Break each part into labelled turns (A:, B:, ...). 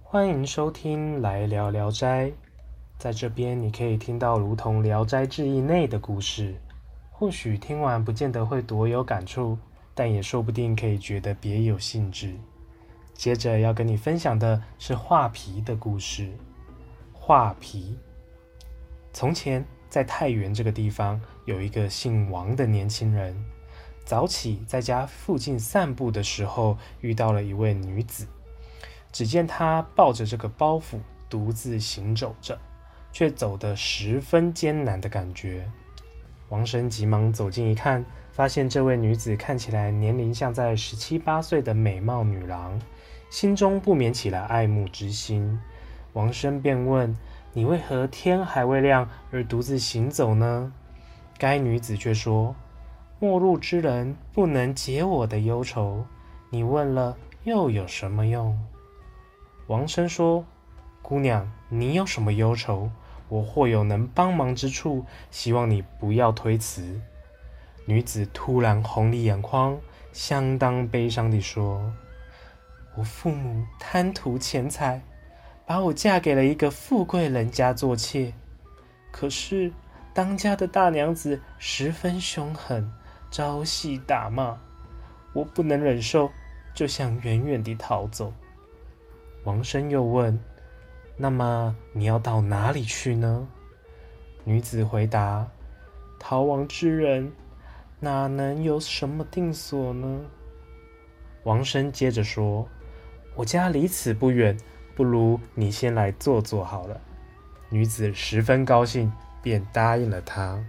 A: 欢迎收听来聊聊斋，在这边你可以听到如同《聊斋志异》内的故事，或许听完不见得会多有感触，但也说不定可以觉得别有兴致。接着要跟你分享的是画皮的故事。画皮，从前在太原这个地方有一个姓王的年轻人，早起在家附近散步的时候遇到了一位女子。只见他抱着这个包袱独自行走着，却走得十分艰难的感觉。王生急忙走近一看，发现这位女子看起来年龄像在17、18岁的美貌女郎，心中不免起了爱慕之心。王生便问：你为何天还未亮而独自行走呢？该女子却说：陌路之人不能解我的忧愁，你问了又有什么用？王生说：姑娘，你有什么忧愁？我或有能帮忙之处，希望你不要推辞。女子突然红了眼眶，相当悲伤地说：我父母贪图钱财，把我嫁给了一个富贵人家做妾。可是当家的大娘子十分凶狠，朝夕打骂，我不能忍受，就想远远地逃走。王生又问：那么你要到哪里去呢？女子回答：逃亡之人哪能有什么定所呢？王生接着说：我家离此不远，不如你先来坐坐好了。女子十分高兴，便答应了他。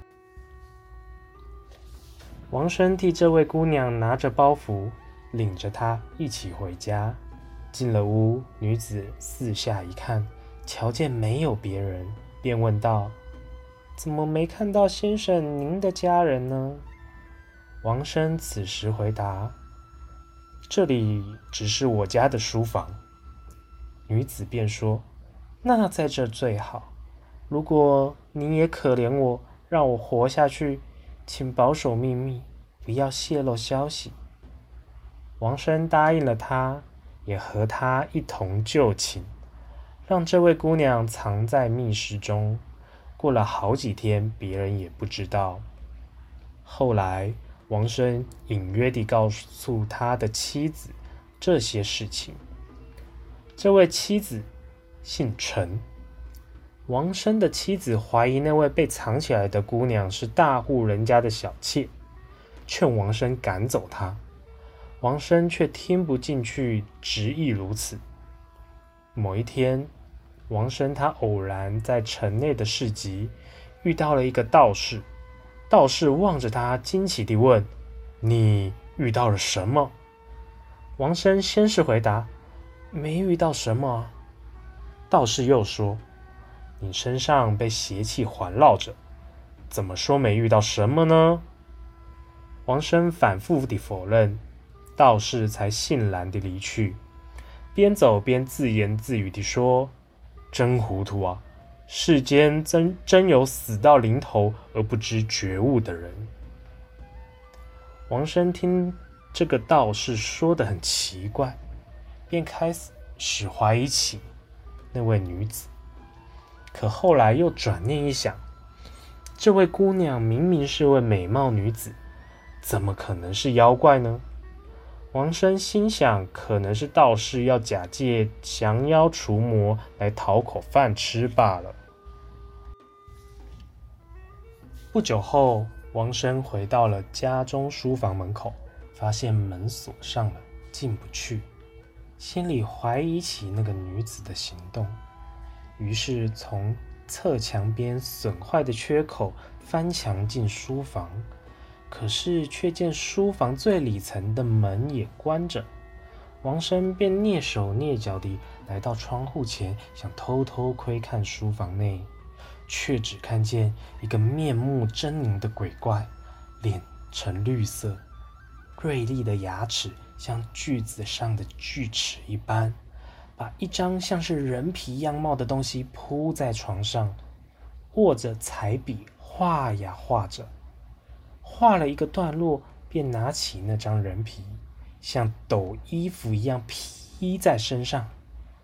A: 王生替这位姑娘拿着包袱，领着她一起回家。进了屋，女子四下一看，瞧见没有别人，便问道：怎么没看到先生您的家人呢？王生此时回答：这里只是我家的书房。女子便说：那在这最好，如果你也可怜我，让我活下去，请保守秘密，不要泄露消息。王生答应了他，也和他一同就寝，让这位姑娘藏在密室中。过了好几天，别人也不知道。后来，王生隐约地告诉他的妻子这些事情。这位妻子姓陈。王生的妻子怀疑那位被藏起来的姑娘是大户人家的小妾，劝王生赶走她。王生却听不进去，执意如此。某一天，王生他偶然在城内的市集遇到了一个道士。道士望着他，惊奇地问：你遇到了什么？王生先是回答：没遇到什么啊。道士又说：你身上被邪气环绕着，怎么说没遇到什么呢？王生反复地否认，道士才悻然地离去，边走边自言自语地说：真糊涂啊，世间真有死到临头而不知觉悟的人。王生听这个道士说得很奇怪，便开始怀疑起那位女子。可后来又转念一想，这位姑娘明明是位美貌女子，怎么可能是妖怪呢？王生心想，可能是道士要假借降妖除魔来讨口饭吃罢了。不久后，王生回到了家中书房门口，发现门锁上了，进不去，心里怀疑起那个女子的行动，于是从侧墙边损坏的缺口翻墙进书房。可是却见书房最里层的门也关着，王生便蹑手蹑脚地来到窗户前，想偷偷窥看书房内，却只看见一个面目狰狞的鬼怪，脸呈绿色，锐利的牙齿像锯子上的锯齿一般，把一张像是人皮样貌的东西铺在床上，握着彩笔画呀画着。画了一个段落，便拿起那张人皮，像抖衣服一样披在身上。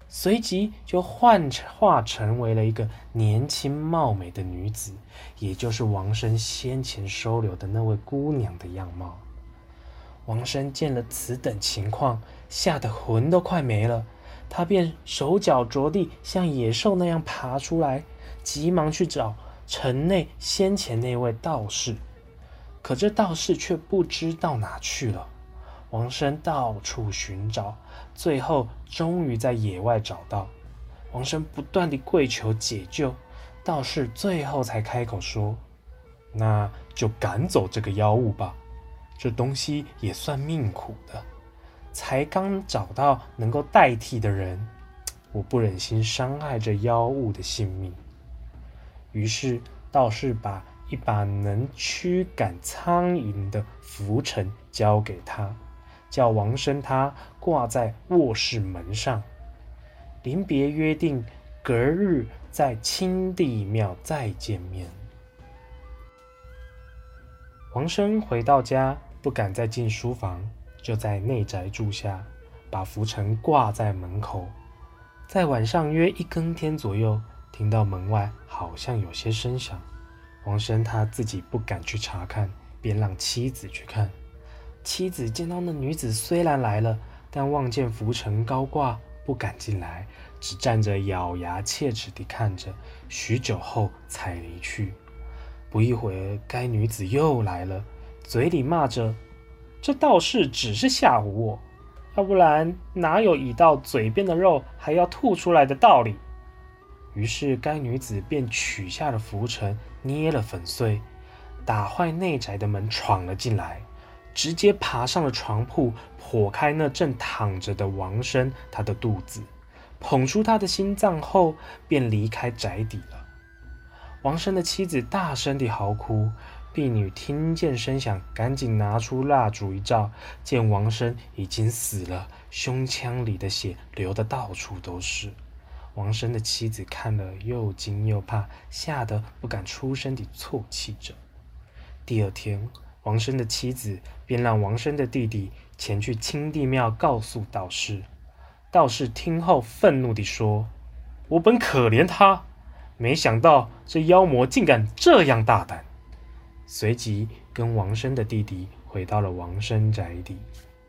A: 随即就幻化成为了一个年轻貌美的女子，也就是王生先前收留的那位姑娘的样貌。王生见了此等情况，吓得魂都快没了，他便手脚着地，像野兽那样爬出来，急忙去找城内先前那位道士。可这道士却不知到哪去了。王生到处寻找，最后终于在野外找到。王生不断地跪求解救，道士最后才开口说：“那就赶走这个妖物吧，这东西也算命苦的。才刚找到能够代替的人，我不忍心伤害这妖物的性命。”于是道士把一把能驱赶苍蝇的拂尘交给他，叫王生他挂在卧室门上，临别约定隔日在清帝庙再见面。王生回到家，不敢再进书房，就在内宅住下，把拂尘挂在门口。在晚上约1更天左右，听到门外好像有些声响，王生他自己不敢去查看，便让妻子去看。妻子见到那女子虽然来了，但望见拂尘高挂，不敢进来，只站着咬牙切齿地看着，许久后才离去。不一会儿，该女子又来了，嘴里骂着：“这道士只是吓唬我，要不然哪有倚到嘴边的肉还要吐出来的道理？”于是该女子便取下了拂尘，捏了粉碎，打坏内宅的门，闯了进来，直接爬上了床铺，剖开那正躺着的王生他的肚子，捧出他的心脏后，便离开宅邸了。王生的妻子大声地嚎哭，婢女听见声响，赶紧拿出蜡烛一照，见王生已经死了，胸腔里的血流得到处都是。王生的妻子看了又惊又怕，吓得不敢出声地啜泣着。第二天，王生的妻子便让王生的弟弟前去清帝庙告诉道士。道士听后愤怒地说：“我本可怜他，没想到这妖魔竟敢这样大胆。”随即跟王生的弟弟回到了王生宅邸。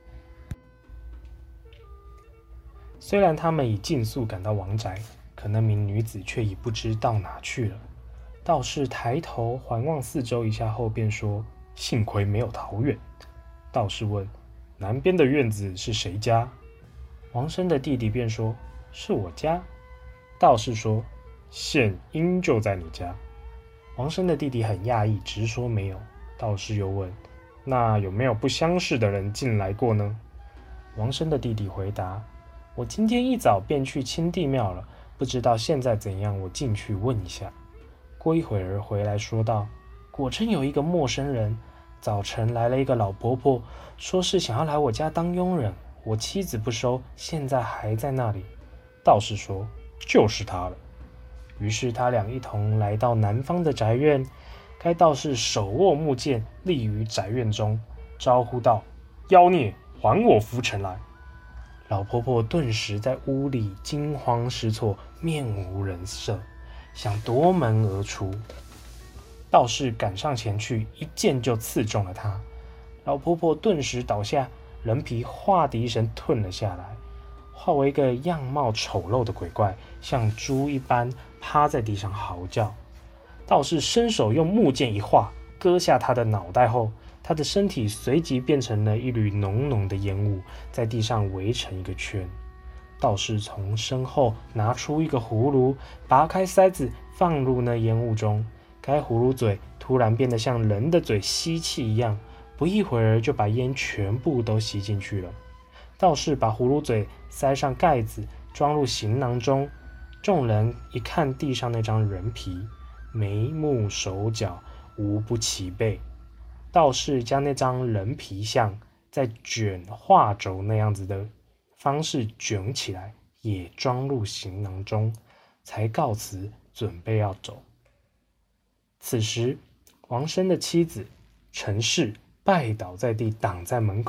A: 虽然他们已尽速赶到王宅，可那名女子却已不知到哪去了。道士抬头环望四周一下后便说：“幸亏没有逃远。”道士问：“南边的院子是谁家？”王生的弟弟便说：“是我家。”道士说：“现因就在你家。”王生的弟弟很讶异，直说没有。道士又问：“那有没有不相识的人进来过呢？”王生的弟弟回答：“我今天一早便去清帝庙了，不知道现在怎样，我进去问一下。”过一会儿回来说道：“果真有一个陌生人，早晨来了一个老婆婆，说是想要来我家当佣人，我妻子不收，现在还在那里。”道士说：“就是他了。”于是他俩一同来到南方的宅院，该道士手握木剑立于宅院中，招呼道：“妖孽，还我拂尘来！”老婆婆顿时在屋里惊慌失措，面无人色，想夺门而出。道士赶上前去，一剑就刺中了她。老婆婆顿时倒下，人皮哗的一声褪了下来，化为一个样貌丑陋的鬼怪，像猪一般趴在地上嚎叫。道士伸手用木剑一划，割下他的脑袋后，他的身体随即变成了一缕浓浓的烟雾，在地上围成一个圈。道士从身后拿出一个葫芦，拔开塞子放入那烟雾中，该葫芦嘴突然变得像人的嘴吸气一样，不一会儿就把烟全部都吸进去了。道士把葫芦嘴塞上盖子，装入行囊中。众人一看地上那张人皮，眉目手脚无不齐备。道士将那张人皮像在卷画轴那样子的方式卷起来，也装入行囊中，才告辞，准备要走。此时，王生的妻子陈氏拜倒在地，挡在门口，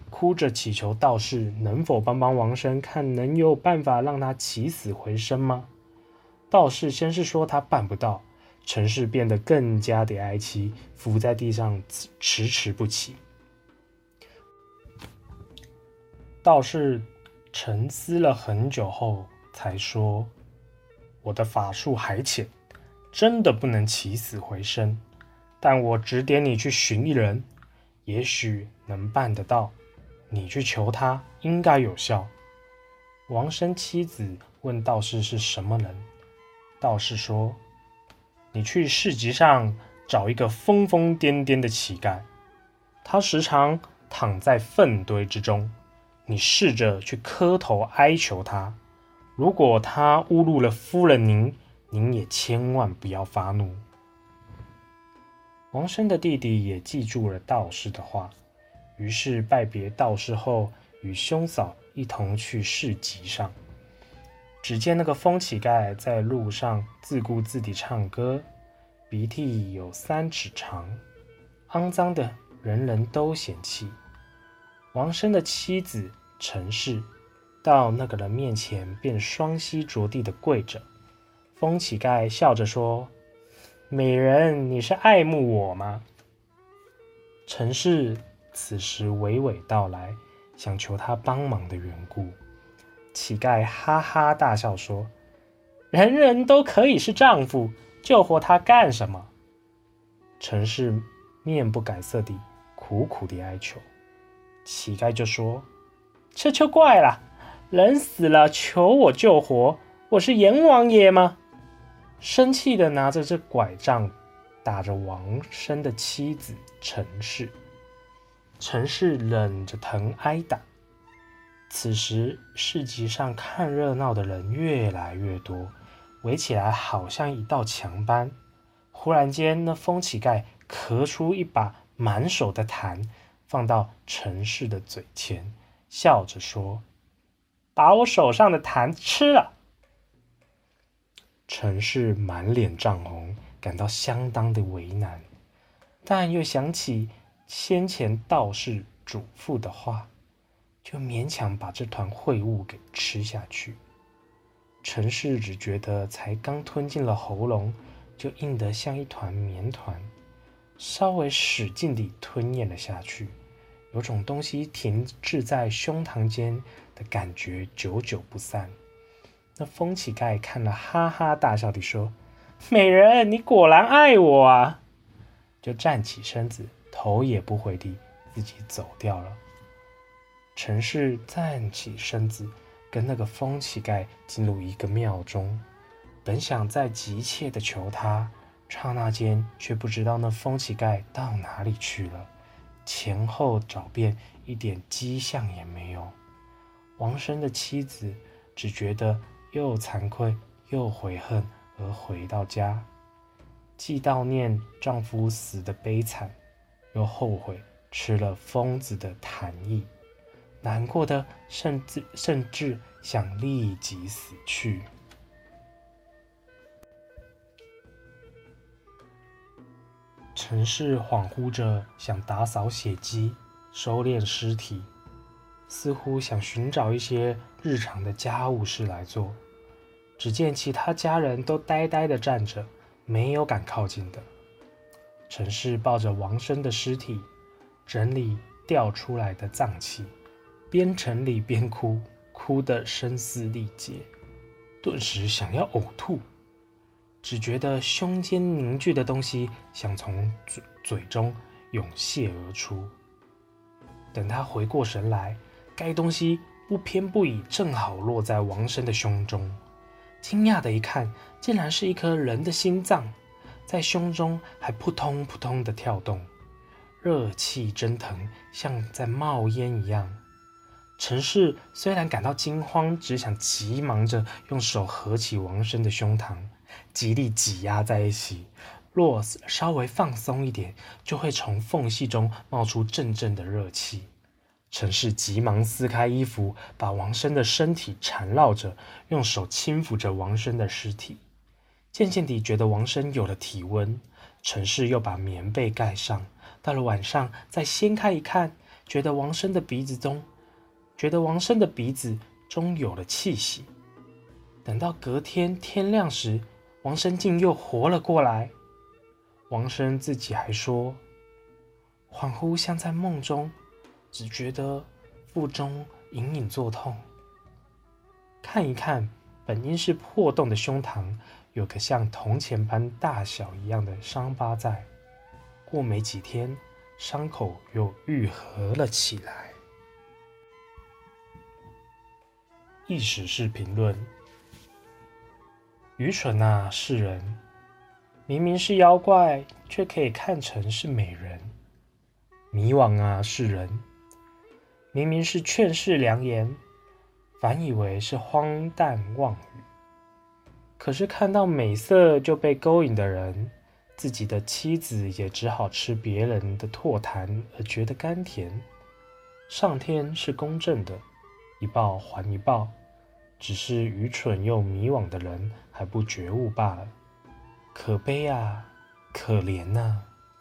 A: 哭着祈求道士能否帮王生，看能有办法让他起死回生吗？道士先是说他办不到，陈氏变得更加的哀戚，伏在地上迟迟不起。道士沉思了很久后才说：“我的法术还浅，真的不能起死回生，但我指点你去寻一人，也许能办得到。你去求他，应该有效。”王生妻子问道士是什么人，道士说：“你去市集上找一个疯疯癫癫的乞丐，他时常躺在粪堆之中，你试着去磕头哀求他。如果他侮辱了夫人您也千万不要发怒。”王生的弟弟也记住了道士的话，于是拜别道士后，与兄嫂一同去市集上。只见那个疯乞丐在路上自顾自地唱歌，鼻涕有3尺长，肮脏的人人都嫌弃。王生的妻子陈氏到那个人面前便双膝着地的跪着。疯乞丐笑着说：“美人，你是爱慕我吗？”陈氏此时娓娓道来，想求他帮忙的缘故。乞丐哈哈大笑说：“人人都可以是丈夫，救活他干什么？”陈氏面不改色地苦苦地哀求。乞丐就说：“这就怪了，人死了求我救活，我是阎王爷吗？”生气地拿着这拐杖打着王生的妻子陈氏。陈氏忍着疼挨打。此时市集上看热闹的人越来越多，围起来好像一道墙般。忽然间，那疯乞丐咳出一把满手的痰，放到陈氏的嘴前，笑着说：“把我手上的痰吃了。”陈氏满脸涨红，感到相当的为难，但又想起先前道士嘱咐的话，就勉强把这团秽物给吃下去。陈氏只觉得才刚吞进了喉咙，就硬得像一团棉团，稍微使劲地吞咽了下去，有种东西停滞在胸膛间的感觉，久久不散。那疯乞丐看了，哈哈大笑地说：“美人，你果然爱我啊！”就站起身子，头也不回地自己走掉了。陈氏站起身子，跟那个疯乞丐进入一个庙中，本想再急切地求他，刹那间却不知道那疯乞丐到哪里去了，前后找遍，一点迹象也没有。王生的妻子只觉得又惭愧又悔恨，而回到家，既悼念丈夫死的悲惨，又后悔吃了疯子的痰液，难过的甚至想立即死去。陈氏恍惚着想打扫血迹，收敛尸体，似乎想寻找一些日常的家务事来做。只见其他家人都呆呆地站着，没有敢靠近的。陈氏抱着王生的尸体，整理掉出来的脏器，边整理边哭，哭得声嘶力竭，顿时想要呕吐，只觉得胸间凝聚的东西想从嘴中涌泻而出。等他回过神来，该东西不偏不倚，正好落在王生的胸中。惊讶的一看，竟然是一颗人的心脏，在胸中还扑通扑通的跳动，热气蒸腾，像在冒烟一样。陈氏虽然感到惊慌，只想急忙着用手合起王生的胸膛，极力挤压在一起，若稍微放松一点，就会从缝隙中冒出阵阵的热气。陈氏急忙撕开衣服，把王生的身体缠绕着，用手轻抚着王生的尸体。渐渐地觉得王生有了体温，陈氏又把棉被盖上。到了晚上再掀开一看， 觉得王生的鼻子中有了气息。等到隔天天亮时，王生竟又活了过来。王生自己还说，恍惚像在梦中，只觉得腹中隐隐作痛。看一看，本应是破洞的胸膛，有个像铜钱般大小一样的伤疤在。过没几天，伤口又愈合了起来。意识是评论：愚蠢啊，世人！明明是妖怪，却可以看成是美人。迷惘啊，世人！明明是劝世良言，反以为是荒诞妄语。可是看到美色就被勾引的人，自己的妻子也只好吃别人的唾痰而觉得甘甜。上天是公正的，一报还一报，只是愚蠢又迷惘的人还不觉悟罢了。可悲啊，可怜啊！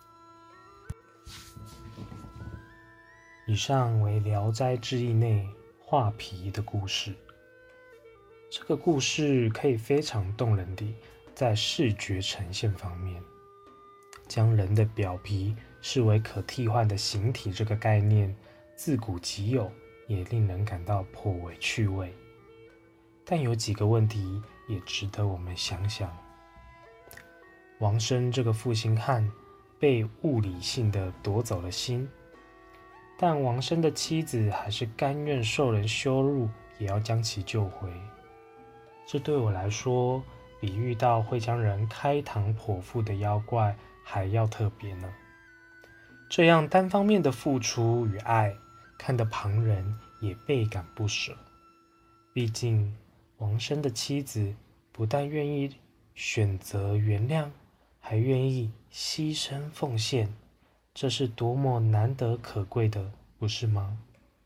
A: 以上为《聊斋志异》内画皮的故事。这个故事可以非常动人地在视觉呈现方面，将人的表皮视为可替换的形体这个概念自古即有，也令人感到颇为趣味。但有几个问题也值得我们想想。王生这个负心汉被物理性的夺走了心，但王生的妻子还是甘愿受人羞辱，也要将其救回。这对我来说，比遇到会将人开膛破腹的妖怪还要特别呢。这样单方面的付出与爱，看得旁人也倍感不舍。毕竟王生的妻子不但愿意选择原谅，还愿意牺牲奉献，这是多么难得可贵的，不是吗？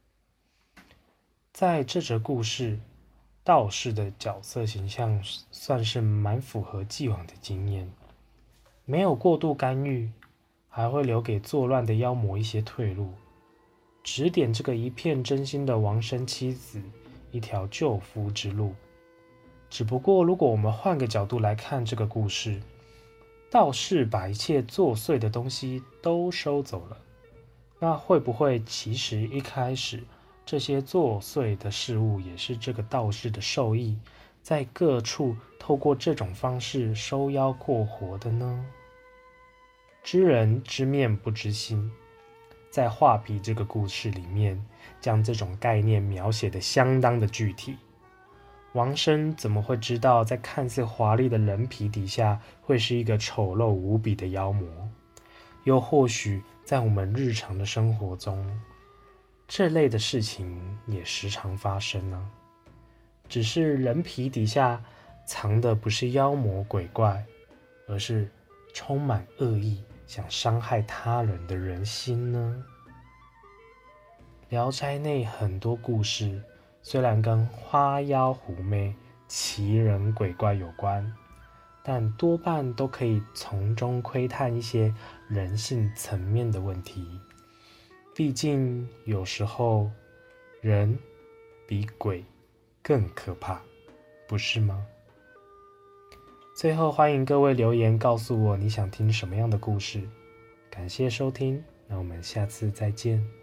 A: 在这则故事，道士的角色形象算是蛮符合既往的经验，没有过度干预，还会留给作乱的妖魔一些退路，指点这个一片真心的王生妻子一条救夫之路。只不过如果我们换个角度来看这个故事，道士把一切作祟的东西都收走了，那会不会其实一开始这些作祟的事物也是这个道士的授意，在各处透过这种方式收妖过活的呢？知人知面不知心，在画皮这个故事里面，将这种概念描写得相当的具体。王生怎么会知道在看似华丽的人皮底下会是一个丑陋无比的妖魔？又或许在我们日常的生活中，这类的事情也时常发生呢。只是人皮底下藏的不是妖魔鬼怪，而是充满恶意想伤害他人的人心呢。聊斋内很多故事虽然跟花妖狐媚、奇人鬼怪有关，但多半都可以从中窥探一些人性层面的问题。毕竟有时候人比鬼更可怕，不是吗？最后欢迎各位留言告诉我你想听什么样的故事。感谢收听，那我们下次再见。